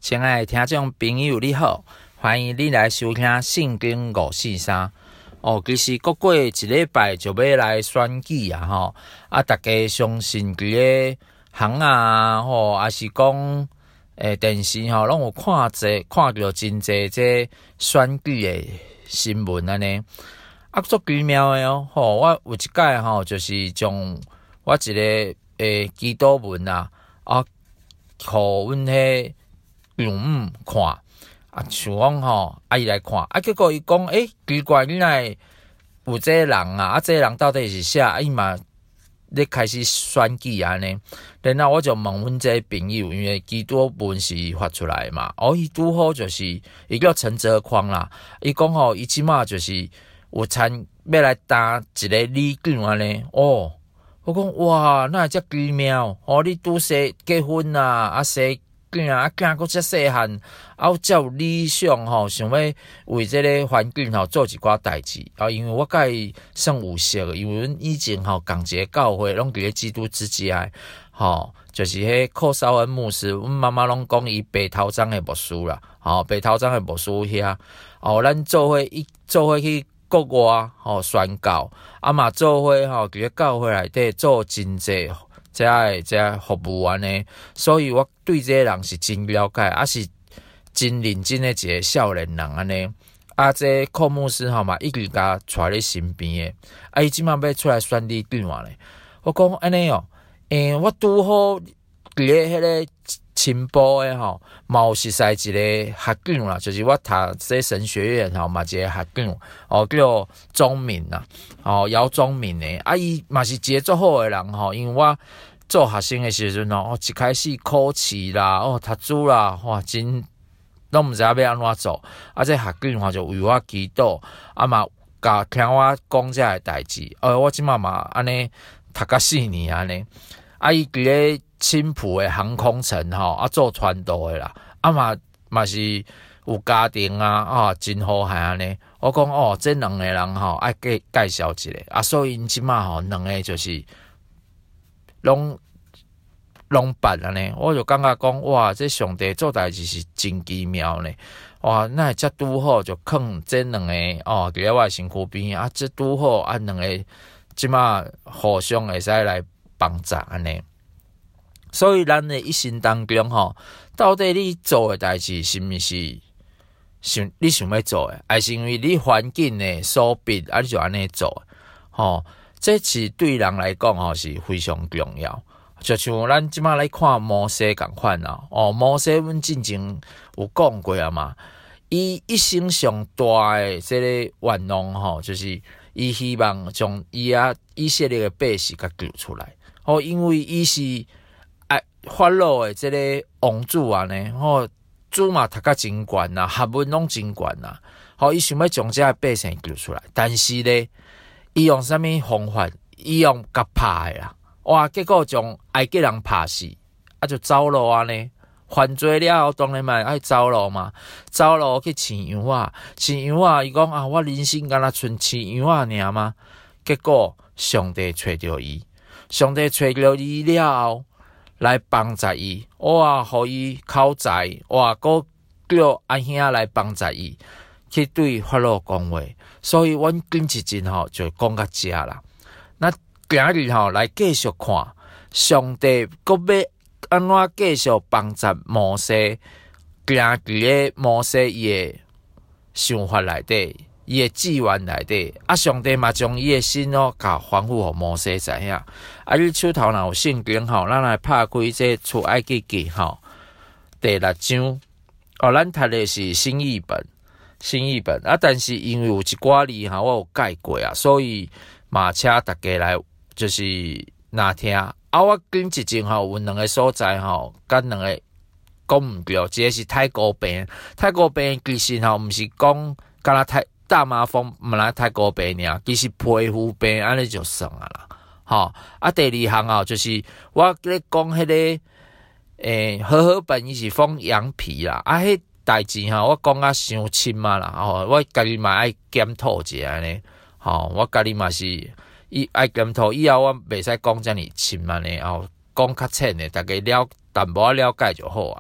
亲爱的听众朋友，你好，欢迎你来收听《圣经543》。其实过过一礼拜就要来选举啊，大家相信伫个行啊，还是讲电视拢有看到真侪这选举的新闻安尼，足奇妙的哦。我有一届就是将我一个祈祷文互阮迄丈母看，像讲伊来看，结果伊讲，奇怪，你哪有这个人啊？这个人到底是啥？伊嘛咧开始选举安尼，然后我就问阮这个朋友，因为基督文是发出来嘛，伊拄好就是伊叫陈泽匡啦，伊讲伊即马就是有要来担一个李长安尼，我讲哇，那遮奇妙，你拄生结婚啊，生囝囝阁遮细汉，才有理想想要为这个环境做一寡代志因为我甲伊算有熟，因为阮以前共一个教会，拢伫咧基督之家就是迄寇绍恩牧师，阮妈妈拢讲伊白头章的牧师啦，白头章的牧师遐，咱做伙去国外宣教，嘛做伙伫咧教会内底做真济。这服务安尼，所以我对这个人是真了解，是真认真的一个少年人安尼。这寇牧师嘛，一直甲带咧身边的，伊即马要出来选理长咧。我讲安尼我拄好伫咧迄个青埔的嘛有熟悉一个学长啦，就是我读这神学院嘛一个学长叫庄敏啦，姚庄敏的伊嘛是一个足好的人因为我做学生的时阵一开始考试啦读书啦真拢毋知要安怎做这学长就为我祈祷嘛甲听我讲这个代志我即马嘛安尼读到4年安尼伊伫咧青浦的航空城做传道的啦嘛是有家庭真好汉安尼。我讲这两个人爱介绍一下所以因即马两个就是拢办安尼，我就感觉讲哇，这上帝做代志是真奇妙呢。哇，那遮拄好就放这两个伫咧我身躯边这拄好两个即马互相会使来帮助安尼。所以咱的一生当中到底你做的代志是毋是你想要做的，还是因为你环境的所逼你就安尼做这是对人来讲是非常重要。就像咱即马来看摩西共款摩西阮之前有讲过嘛，伊一生上大的这个愿望就是伊希望将以色列的百姓甲救出来因为伊是法老的这个王子呢主嘛读甲真悬啦，学问拢真悬啦伊想要将这个百姓救出来，但是呢伊用啥物方法？伊用甲拍的啦结果将埃及人拍死就走路呢犯罪了后当然嘛爱走路嘛，走路去饲羊伊讲我人生敢若剩饲羊尔吗？结果上帝找到伊了后来帮助伊互伊口才佫叫阿兄来帮助伊去对法老讲话，所以阮今一集就讲到这啦。那今日来继续看上帝佫要安怎继续帮助摩西，行伫咧摩西伊的想法内底，伊的志愿内底上帝嘛将伊的心甲吩咐互摩西知影你手头若有圣经咱来拍开这出埃及记第6章咱读的是新译本但是因为有一寡字我有改过所以嘛请大家来就是若听我今一集有两个所在甲两个讲毋对，一个是太高病其实毋是讲敢若大麻风毋来太高病尔，其实皮肤病安尼就算啦第二项就是我咧讲迄个和本伊是放羊皮啦迄代志我讲伤深啦我家己嘛爱检讨一下呢我家己嘛是爱检讨以后我袂使讲遮尔深呢讲较浅的大家淡薄了解就好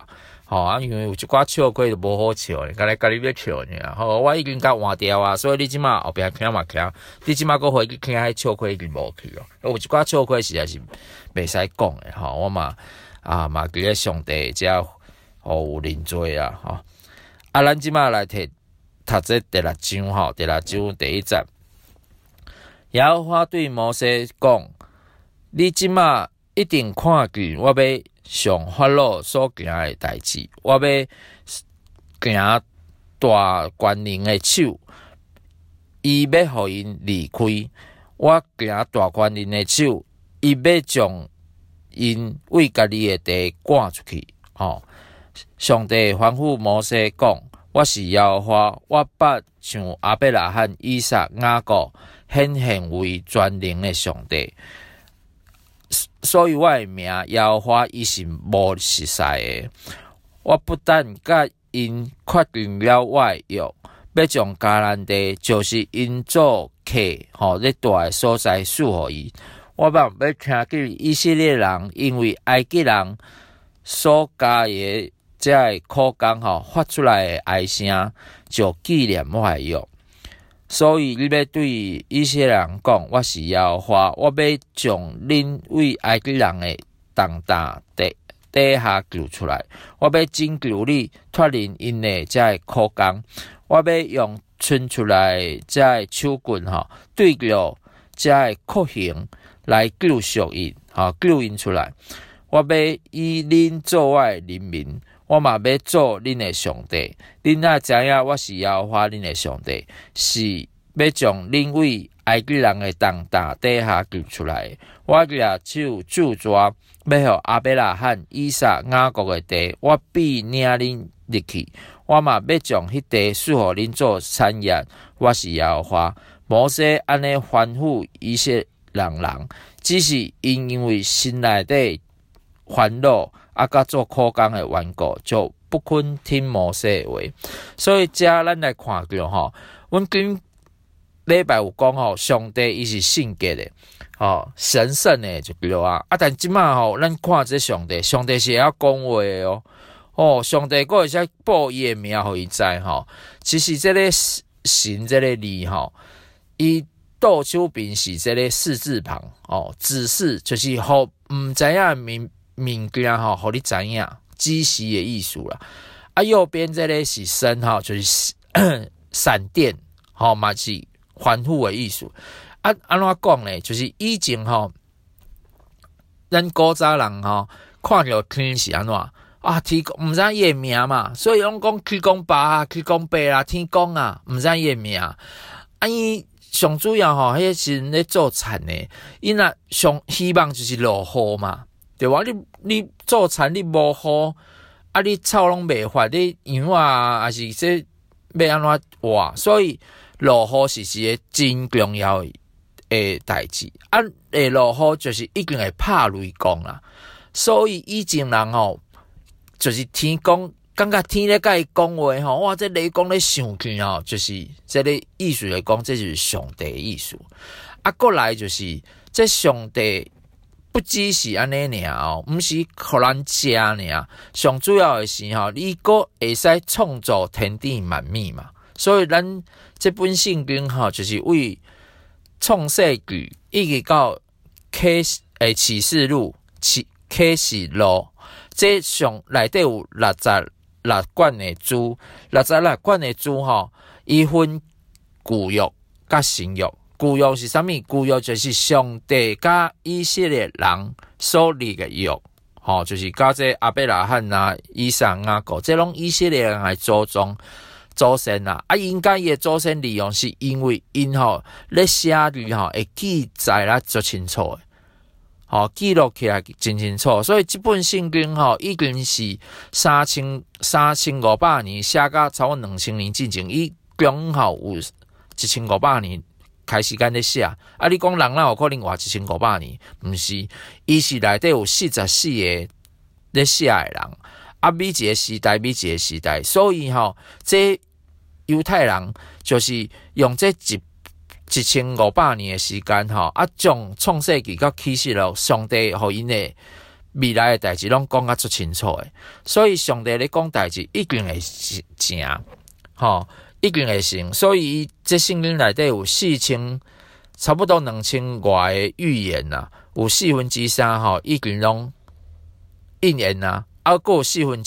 因为有一寡笑话就无好笑咧，家己要笑尔。我已经甲换掉啊，所以你即马后壁听嘛听，你即马搁回去听迄笑话已经无去哦。有一寡笑话实在是袂使讲诶，我嘛伫咧上帝遮有认罪啊，咱即马来读这第六章第六章第一节。耶和华对摩西讲：你即马一定看见我要上法老所行的代志，我要行大官人的手，伊要互因离开；我行大官人的手，伊要将因为家己的地赶出去。上帝吩咐摩西讲：我是耶和华，我捌像亚伯拉罕、以撒、雅各显现为全能的上帝。所以我的名耶和华伊是无实在的。我不但甲因确定了我的约，要将迦南地，就是因做客咧住的所在赐予伊。我要听见以色列人因为埃及人所加的这个苦工发出来的哀声，就纪念我的约。所以你要对以色列人讲，我是耶和华，我要将恁为埃及人的重担底下救出来，我要拯救你脱离因的这个苦工，我要用伸出来这个手棍对着这个酷刑来救赎因，救因出来。我要以恁做我的人民，我嘛要做恁的上帝。恁若知影我是耶和华恁的上帝，是要将恁为埃及人的重担底下救出来。我举手祝绝，要互亚伯拉罕、以撒、雅各的地，我必领恁入去。我嘛要将迄地赐予恁做产业。我是耶和华。摩西安尼吩咐以色列人，只是因为心内底烦恼甲做苦工的缘故，就不肯听摩西的话。所以遮咱来看到阮今礼拜有讲上帝伊是圣洁的，神圣的就对啊。但即马咱看这上帝是会晓讲话的上帝佫会使报伊的名互伊知其实这个神这个字伊倒手边是这个四字旁指示就是互毋知影物件互你知影指示的意思啦。右边这个是声就是闪电嘛是吩咐的意思。安怎讲呢？就是以前咱古早人看到天是安怎天公毋知伊的名嘛，所以拢讲天公爸、天公伯啦、天公啊，毋知伊的名。伊上主要迄时咧做田的，伊若上希望就是落雨嘛，对吧？你做田你无雨，你草拢袂发，你杨啊还是这要安怎活？所以落雨是一个真重要的代志。会落雨就是一定会拍雷公啦。所以以前人就是天公。感觉天咧甲伊讲话哇！这雷公咧上去就是这个意思来讲，这就是上帝的意思。过来就是这上帝不只是安尼尔毋是互咱食尔。上主要的是你佫会使创造天地万物嘛。所以咱这本圣经就是为创世纪一直到启示录、启示录，这上内底有66卷的书，66卷的书伊分旧约甲新约。旧约是啥物？旧约就是上帝甲以色列人所立的约，就是甲这亚伯拉罕啊、以撒、雅各，这拢以色列人的祖先啦。因甲伊的祖先利用，是因为因咧写字会记载啦足清楚的。记录起来真清楚，所以这本圣经已经是3500年写到超过2000年之前，伊刚好有1500年开始间咧写。你讲人哪有可能活1500年？毋是，伊是内底有44个咧写的人，每一个时代，所以这犹太人就是用这1500年的时间将创世纪到启示录上帝互因的未来的代志拢讲甲足清楚诶，所以上帝咧讲代志一定会成，一定会成。所以这圣经内底有差不多2000外的预言啊，有3%已经拢应验啊，还有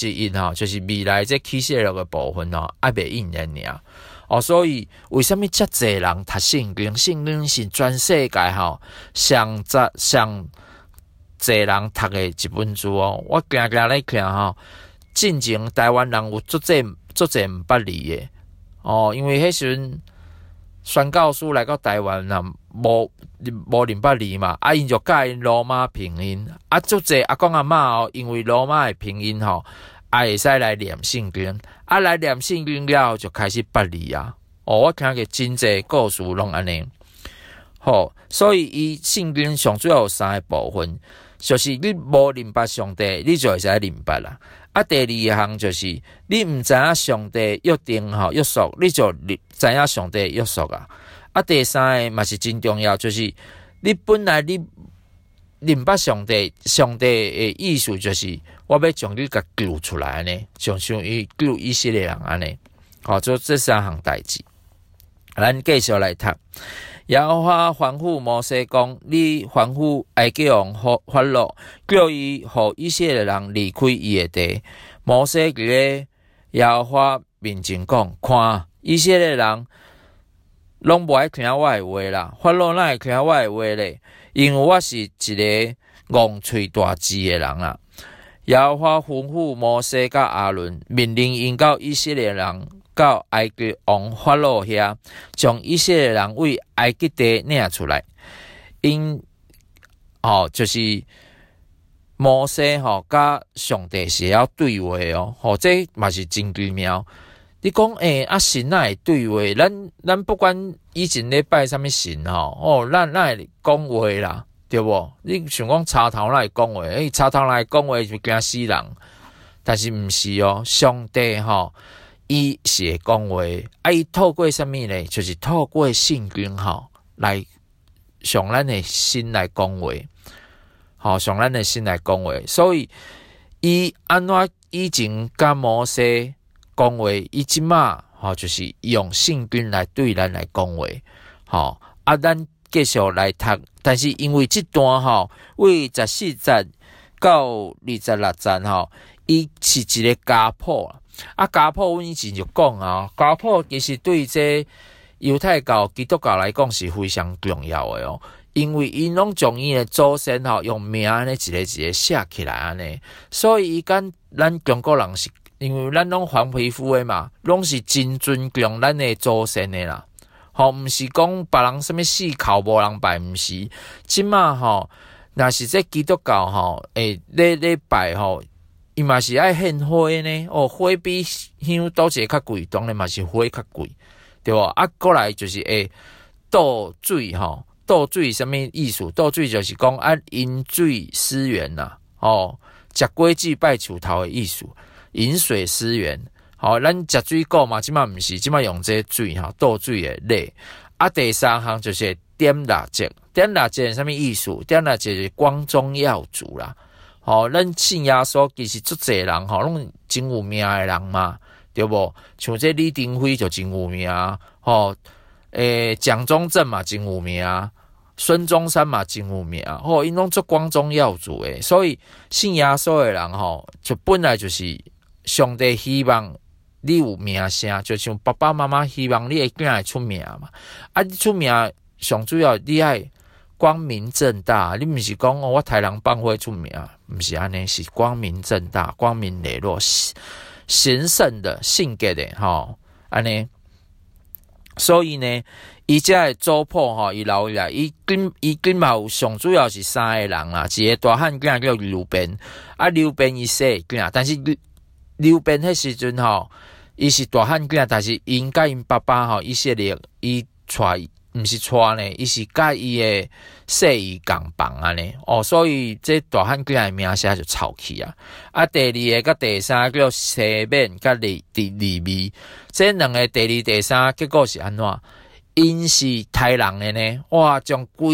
1%就是未来这启示录的部分还未应验尔。所以为什么遮济人读圣经？圣经是全世界上济人读的一本书我行来看进前台湾人有足济毋捌字的因为迄时阵宣教师来到台湾无认捌字嘛，因就教因罗马拼音足济阿公阿嬷因为罗马的拼音会使来念圣经，来念圣经了就开始捌字我听过真济故事拢安尼。所以伊圣经上主要有3个部分，就是你无认捌上帝，你就会使认捌啦。第二项就是你毋知影上帝约定约束，你就知影上帝约束第三个嘛是真重要，就是你本来你认捌上帝的意思就是我要将你甲救出来安尼，像伊救以色列人安尼。做这3项代志，咱继续来读。耶和华吩咐摩西讲：你吩咐埃及王法老，叫伊互以色列人离开伊的地。摩西伫咧耶和华面前讲：看，以色列人拢无爱听我的话啦，法老哪会听我的话咧？因为我是一个戆喙大舌的人啦。耶和华吩咐摩西甲阿伦，命令因到以色列人到埃及王法老遐，将以色列人为埃及地领出来。因就是摩西甲上帝是要对话这嘛是真奇妙。你讲神哪会对话？咱不管以前咧拜啥物神咱哪会讲话啦，对无？你想讲插头哪会讲话？插头哪会讲话就惊死人，但是毋是上帝伊是会讲话，伊透过啥物咧？就是透过圣经来上咱的心来讲话，上咱的心来讲话。所以伊安怎以前甲摩西讲话，伊即马就是用圣经来对咱来讲话。咱继续来读，但是因为这段为14节到26节伊是一个家谱家谱阮以前就讲家谱其实对这犹太教、基督教来讲是非常重要的因为因拢将伊的祖先用名安尼一个一个写起来安尼，所以伊跟咱中国人是因为咱拢黄皮肤的嘛，拢是真尊重咱的祖先的啦。毋是讲别人什么死口无人拜，毋是。即马若是这基督教咧拜伊嘛是爱献花呢。花比香倒一个较贵，当然嘛是花较贵，对无？过来就是倒水倒水什么意思？倒水就是讲饮水思源呐。食果子拜树头的意思，饮水思源。咱食水果嘛，即马毋是，即马用这水倒水的类。第三项就是点蜡烛，点蜡烛是啥物意思？点蜡烛就是光宗耀祖啦。咱信耶稣其实足侪人拢真有名的人嘛，对无？像这李登辉就真有名蒋中正嘛真有名孙中山嘛真有名因拢足光宗耀祖的，所以信耶稣的人就本来就是上帝希望你有名声，就像爸爸妈妈希望你的囝会出名嘛。你出名上主要你爱光明正大，你毋是讲我豺狼帮会出名，毋是安尼，是光明正大、光明磊落、神圣的、性格的安尼。所以呢，伊遮的族谱伊留下来，伊根嘛有上主要是3个人啦，一个大汉囝叫刘辩，刘辩伊生囝，但是刘辩迄时阵伊是大汉囝，但是因甲因爸爸以色列伊娶，毋是娶呢，伊是甲伊的姓伊共房安尼所以这大汉囝的名声就臭去第二个甲第三个叫西缅甲利未，这两个第二第三结果是安怎？因是豺狼的呢，哇，将规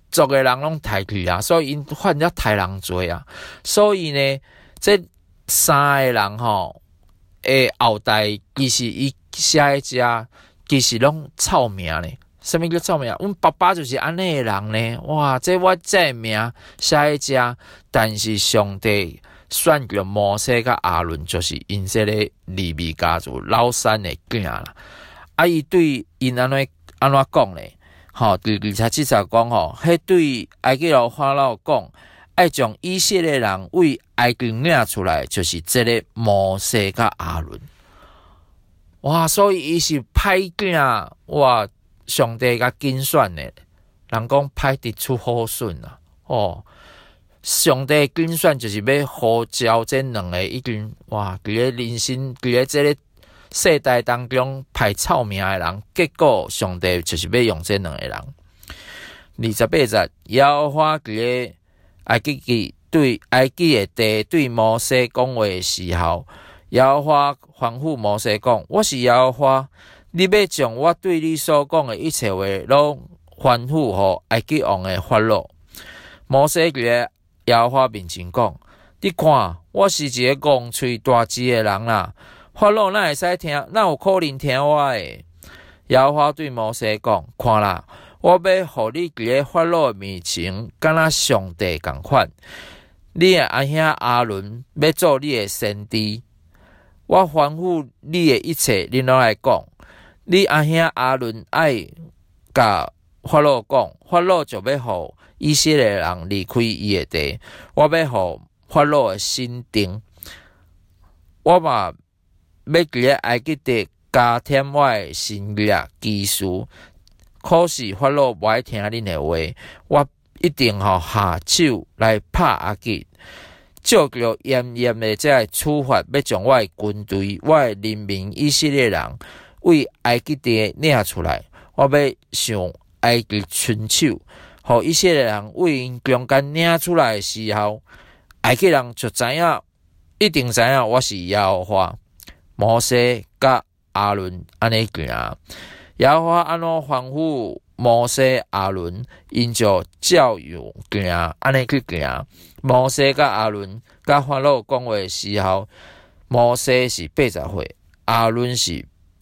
族的人拢抬去啊，所以因犯了抬人罪啊。所以呢，这三个人吼，后代其实伊下一家其实拢臭名呢。什么叫臭名？阮爸爸就是安尼的人呢。哇，这我这名下一家，但是上帝选叫摩西甲亚伦，就是因这个利未家族老三的囝啦。啊，伊对因安怎讲呢？吼，第27节讲吼，迄对埃及老法老讲，爱将以色列人为埃及领出来，就是这个摩西甲亚伦。哇，所以伊是歹囝哇！上帝甲拣选的，人讲歹得出好笋啊！哦，上帝拣选就是要呼召这两个已经哇，伫咧人生，伫咧这个世代当中排臭名的人，结果上帝就是要用这两个人。28节，耶和华伫咧埃及对埃及的地对摩西讲话的时候，耶和华吩咐摩西讲：“我是耶和华。”你要将我对你所讲的一切话，拢吩咐予埃及王的法老。摩西伫咧耶和华面前讲：你看，我是一个戆喙大舌的人啦。法老哪会使听？哪有可能听我的？耶和华对摩西讲：看啦，我要予你伫咧法老的面前，敢若上帝共款。你的阿兄亚伦要做你的先知。我吩咐你的一切，你拢来讲。你阿兄亚伦爱甲法老讲，法老就要互以色列人离开伊的地。我要互法老的心定，我嘛要伫咧埃及地加添我的新约技术。可是法老无爱听恁的话，我一定下手来拍埃及，照着严严的这处罚，要将我的军队、我的人民以色列人。为埃及地领出来，我要上埃及伸手，互以色列人为因中间领出来的时候，埃及人就知影，一定知影我是耶和华。摩西甲亚伦安尼行，耶和华安怎吩咐摩西亚伦，因就照样行，安尼去行。摩西甲亚伦甲法老讲话的时候，摩西是80岁，亚伦是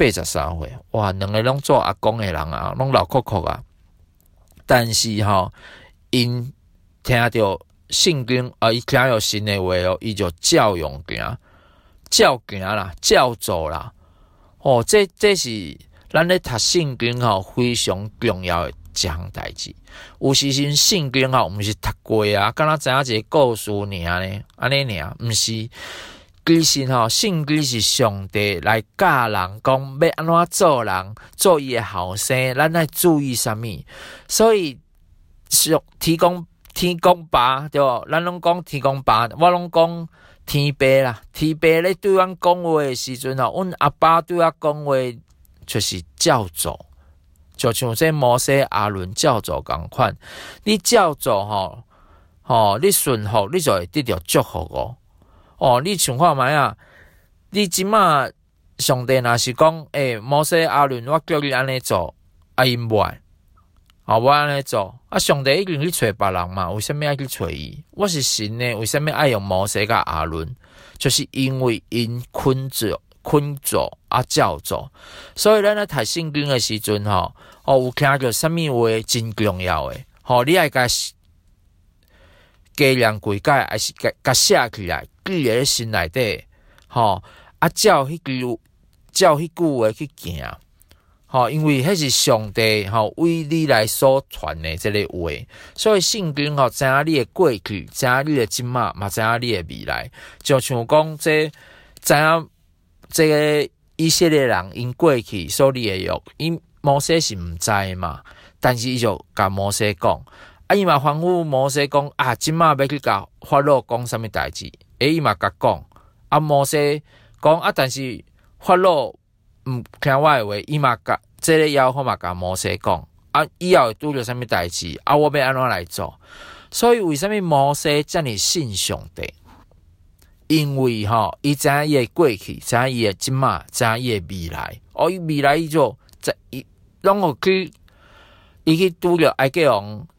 83岁，哇，两个拢做阿公的人啊，拢老酷酷啊。但是因听到圣经伊听到神的话伊就照样行，照行啦，照做啦。这是咱咧读圣经非常重要的一项代志。有时阵圣经毋是读过啊，敢若知影一个故事尔呢，安尼尔，毋是。其实圣经是上帝来教人讲要安怎做人，做伊的后生，咱要注意啥物？所以天公爸对无？咱拢讲天公爸，我拢讲天爸啦。天爸咧对阮讲话的时阵阮阿爸对我讲话就是照做，就像这摩西亚伦照做共款。你照做你顺服，你就会得到祝福你想看卖啊？你即马上帝若是讲，摩西亚伦，我叫你安尼做，因无爱，我安尼做，上帝已经去找别人嘛？为什么要去找伊？我是神呢？为什么爱用摩西甲亚伦？就是因为因困做照做，所以咱咧读圣经的时阵有听到什么话真重要的，你爱甲加量归改，还是甲写起来，记在心内底，照迄句话去行，因为迄是上帝为你来所传的这个话，所以圣经知影你的过去，知影你的今嘛，嘛知影你的未来，就像讲知影这个以色列人因过去所立的约，因摩西是毋知嘛，但是伊就甲摩西讲。伊嘛吩咐摩西讲即马要去甲法老讲啥物代志？伊嘛甲讲。摩西讲但是法老毋听我的话，伊嘛甲这个要求嘛甲摩西讲。以后会拄着啥物代志？我要安怎来做？所以为什么摩西这么信上帝？因为伊知影伊的过去，知影伊的今嘛，知影伊的未来。伊未来伊就伊拢有去，伊去拄着埃及王。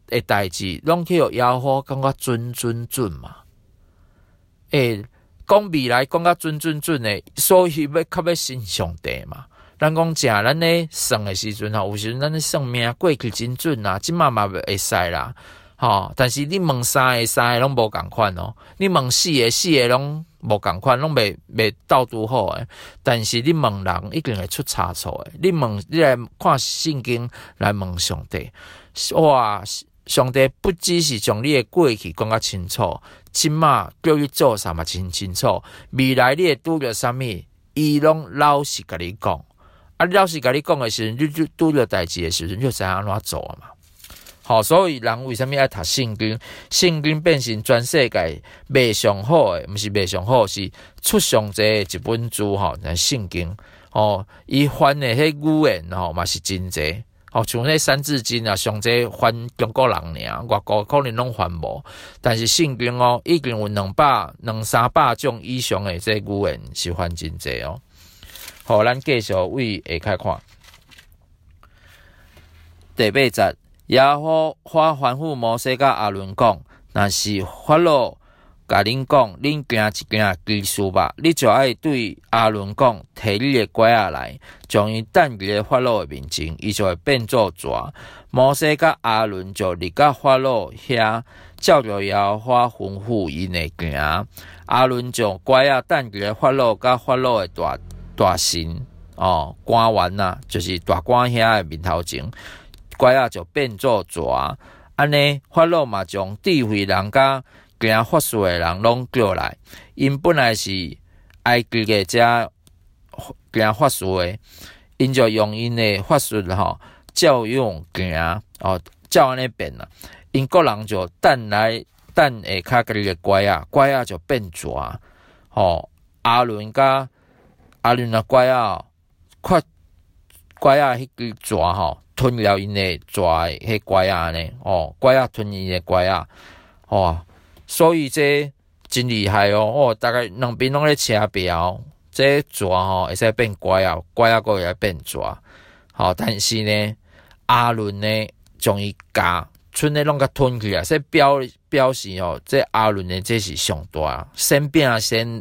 的代志，拢去互耶和华感觉准嘛。讲未来讲甲准的，所以要较要信上帝嘛。咱讲正咱咧算的时阵有时阵咱咧算命过去真准啦，即嘛会使啦。但是你问3个拢无共款哦，你问4个拢无共款，拢袂斗拄好诶。但是你问人一定会出差错诶。你来看圣经来问上帝，哇！上帝不只是将你的过去讲较清楚，即马叫你做啥嘛真清楚，未来你会拄着啥物，伊拢老实甲你讲。你老实甲你讲的时阵，你拄着代志的时阵，就知影安怎做嘛。所以人为什么爱读圣经？圣经变成全世界卖上好的，毋是卖上好，是出上济的一本书圣经。伊翻的迄语言嘛是真济。像迄三字经啊，上济翻中国人尔，外国可能拢翻无。但是圣经已经有200-300种以上的这语言是翻真济哦。好，咱继续为下开看。第8节，耶和华吩咐摩西甲阿伦讲：若是法老甲恁讲，恁行一件奇事吧，你就爱对阿伦讲，摕你的拐仔来，将伊等伫咧法老的面前，伊就会变作蛇。摩西甲阿伦就入到法老遐，照着耶和华吩咐因的行。阿伦将拐仔等伫咧法老甲法老的大神官员啊，就是大官遐的面头前，拐仔就变作蛇。安尼法老嘛将智慧人甲行法术的人拢叫来，因本来是埃及的遮行法术的，因就用因的法术照用行照安尼变啦。因个人就等下骹家己的拐仔就变蛇。阿伦的拐仔，看拐仔迄个蛇吞了因的蛇的迄拐仔呢，拐仔吞因的拐仔，所以这真厉害哦！大概两边拢咧车标，这蛇会使变拐仔，拐仔会变蛇。但是呢，阿伦呢将伊夹，剩的拢甲吞去啊！这表示这阿伦呢这是上大，先变先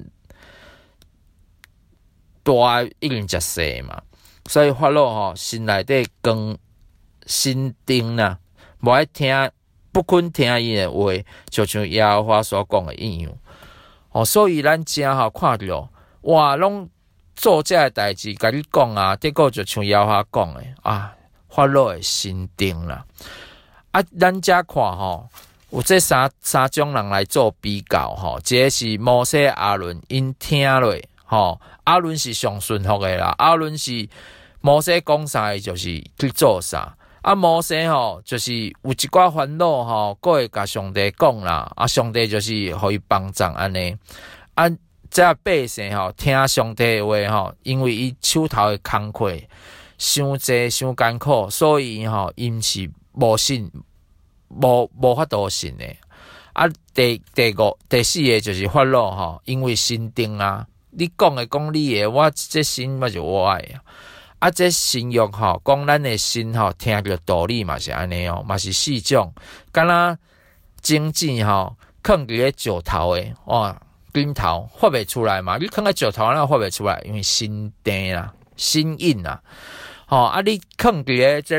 大已经食细嘛，所以法老心内底更心定啦，无爱听。不肯听伊的话，就像耶和华所讲的一样。所以咱真看着，哇，拢做这个代志，甲你讲啊，结果就像耶和华讲的法老的心定啦。咱遮看有这三种人来做比较一个是摩西、阿伦，因听落阿伦是上顺服的啦，阿伦是摩西讲啥，就是去做啥。摩西就是有一寡烦恼佫会甲上帝讲啦，上帝就是互伊帮助安尼。这百姓听上帝的话因为伊手头的工课伤济伤艰苦，所以因是无信无法度信的。第4个就是法老因为心定啊，你讲你的，我这心嘛就我的。这信用讲咱的心听着道理嘛是安尼嘛是4种，敢若经济囥伫咧石头的根头发袂出来嘛，你囥喺石头那发袂出来，因为心定啦、心硬啦。你囥伫咧这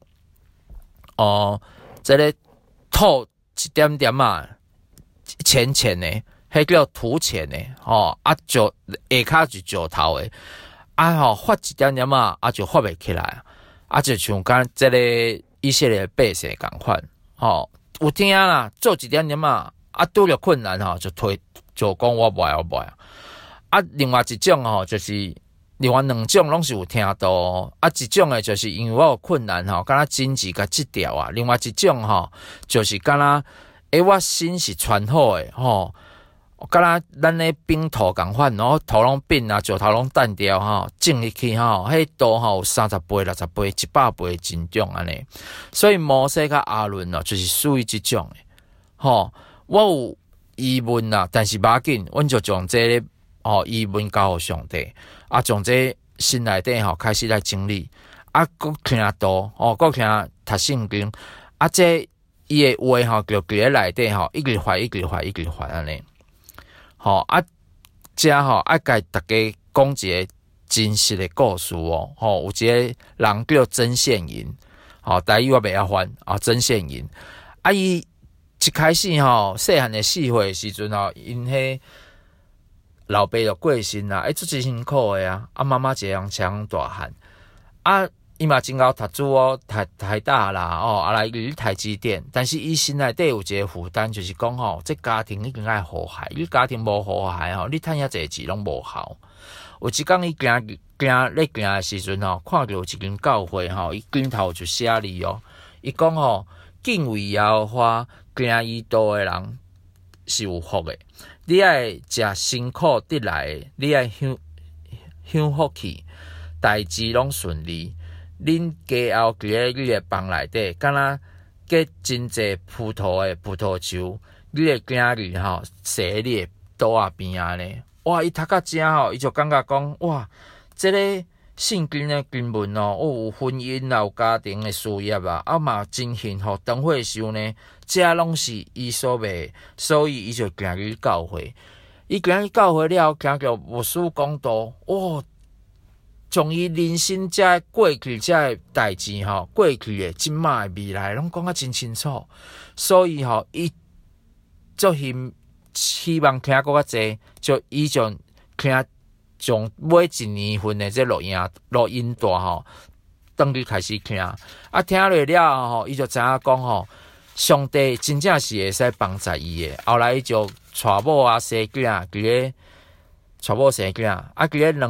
个透一点点浅浅的，迄叫土浅的就下骹是石头的。发一点点就发袂起来就像刚这个以色列百姓共款有听啦，做一点点拄着困难就推，就讲我不爱。另外一种就是另外2种拢是有听到一种的就是因为我有困难敢若经济甲这条另外一种就是敢若我心是传好的敢若咱咧冰土共款，土拢变石头拢弹掉种入去迄土有30倍、60倍、100倍真种安尼。所以摩西甲阿伦就是属于这种的。我有疑问但是无要紧，阮就将这个疑问交互上帝将这心内底开始来整理佫听道佫听读圣经这伊诶话吼，就伫咧内底吼，一直发安尼。吼啊，遮吼爱甲大家讲一个真实诶故事哦。吼，有一个人叫曾宪银，吼，台语我袂晓翻啊，曾宪银。啊，伊一开始吼，细汉诶4岁时阵吼，因迄老爸就过身啦，做真辛苦诶啊，啊妈妈一样抢大汉，啊。伊嘛真够读书哦，台大啦，啊来去台积电，但是伊心内底有一个负担，就是讲吼，这家庭已经爱和谐，你家庭无和谐吼，你趁遐济钱拢无效。有一工伊行诶时阵吼，看到一间教会吼，伊卷头就写字哦，伊讲吼，敬畏耶和华行伊道诶人是有福诶，你爱食辛苦得来诶，你爱享福气，代志拢顺利。恁家后伫咧你诶房内底，敢若结真济葡萄树，你诶囝儿吼，坐喺你诶桌仔边啊呢。哇！伊读到遮吼，伊就感觉讲，哇，即个圣经诶经文哦，有婚姻啦，有家庭诶事业啊，啊嘛真幸福。当会时候呢，遮拢是伊所袂，所以伊就行去教会。伊行去教会了，行到牧师讲道，哇！从伊人生遮过去遮代志吼，过去诶、即卖诶、未来，拢讲啊真清楚。所以吼，伊足希望听搁较济，就伊就听从每一年份诶这录音带吼，当去开始听。啊，听落了吼，伊就知影讲吼，上帝真正是会使帮助伊诶。后来伊就娶某啊、生囝，伫咧。娶某生囝，啊！伫咧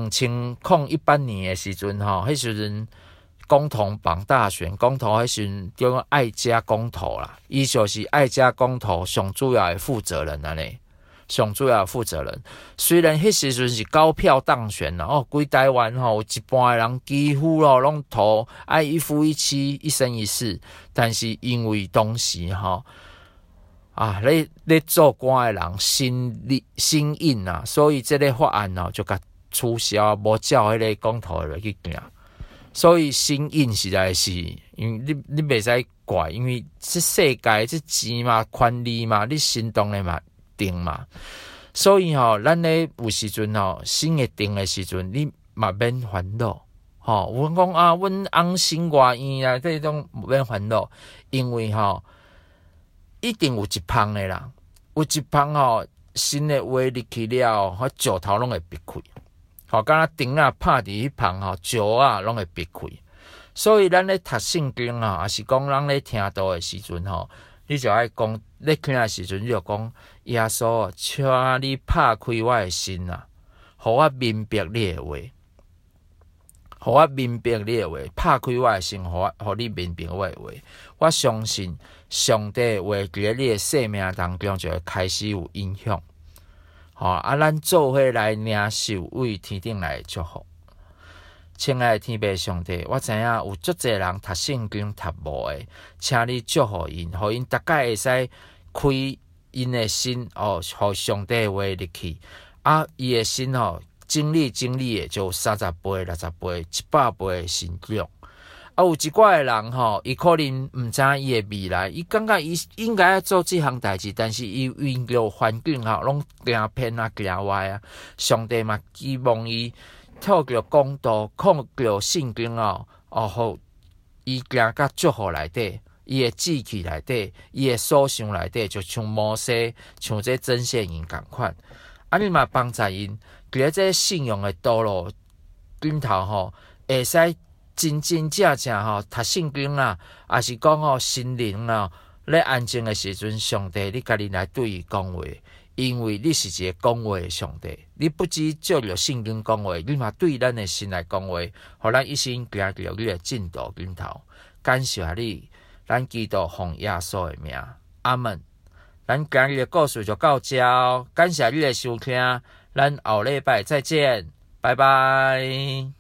2018年诶时阵吼，迄时阵公投绑大选，公投迄时阵叫爱家公投啦，伊就是爱家公投上主要诶负责人安尼，上主要负责人。虽然迄时阵是高票当选啦，规台湾吼有一半诶人几乎咯拢投爱一夫一妻一生一世，但是因为当时吼。啊！咧做官诶人心硬啊，所以这个法案就甲取消，无照迄个公投落去行。所以心硬实在是，因为你袂使怪，因为这世界这钱嘛、权利嘛，你心动诶嘛定嘛。所以咱咧有时阵心会定诶时阵，你嘛免烦恼。有人讲啊，阮翁心外院啊，这种免烦恼，因为一定有一旁的人，有一旁新的话入去了，石头拢会闭开。敢若钉啊拍伫迄旁石啊拢会闭开。所以咱咧读圣经也是讲咱咧听道的时阵你就爱讲咧听的时阵，你就讲耶稣，请你拍开我的心啊，互我明白你的话。互我明白你的话，拍开我的心，互你明白我的话。我相信上帝的话伫咧你的生命当中就会开始有影响。咱做伙来领受为天顶来的祝福。亲爱的天父上帝，我知影有足侪人读圣经读无的，请你祝福因，互因大概会使开因的心互上帝的话入去，伊的心经历的就30倍、60倍、100倍的成长。有一寡的人伊可能毋知影伊的未来，伊感觉伊应该要做这项代志，但是伊因着环境拢行偏啊、行歪啊。上帝嘛希望伊透过讲道、透过圣经互伊行到祝福内底，伊的志气内底，伊的所想内底，就像摩西、像这曾宪银共款。你嘛帮助因，伫咧这信仰的道路顶头会使真正读圣经啊，也是讲心灵咧安静的时阵，上帝你家己来对伊讲话，因为你是一个讲话的上帝，你不只照着圣经讲话，你嘛对咱的心来讲话，互咱一生行着你的进度顶头。感谢你，咱基督奉耶稣的名，阿门。咱今日的故事就到这感谢你的收听，咱后礼拜再见，拜拜。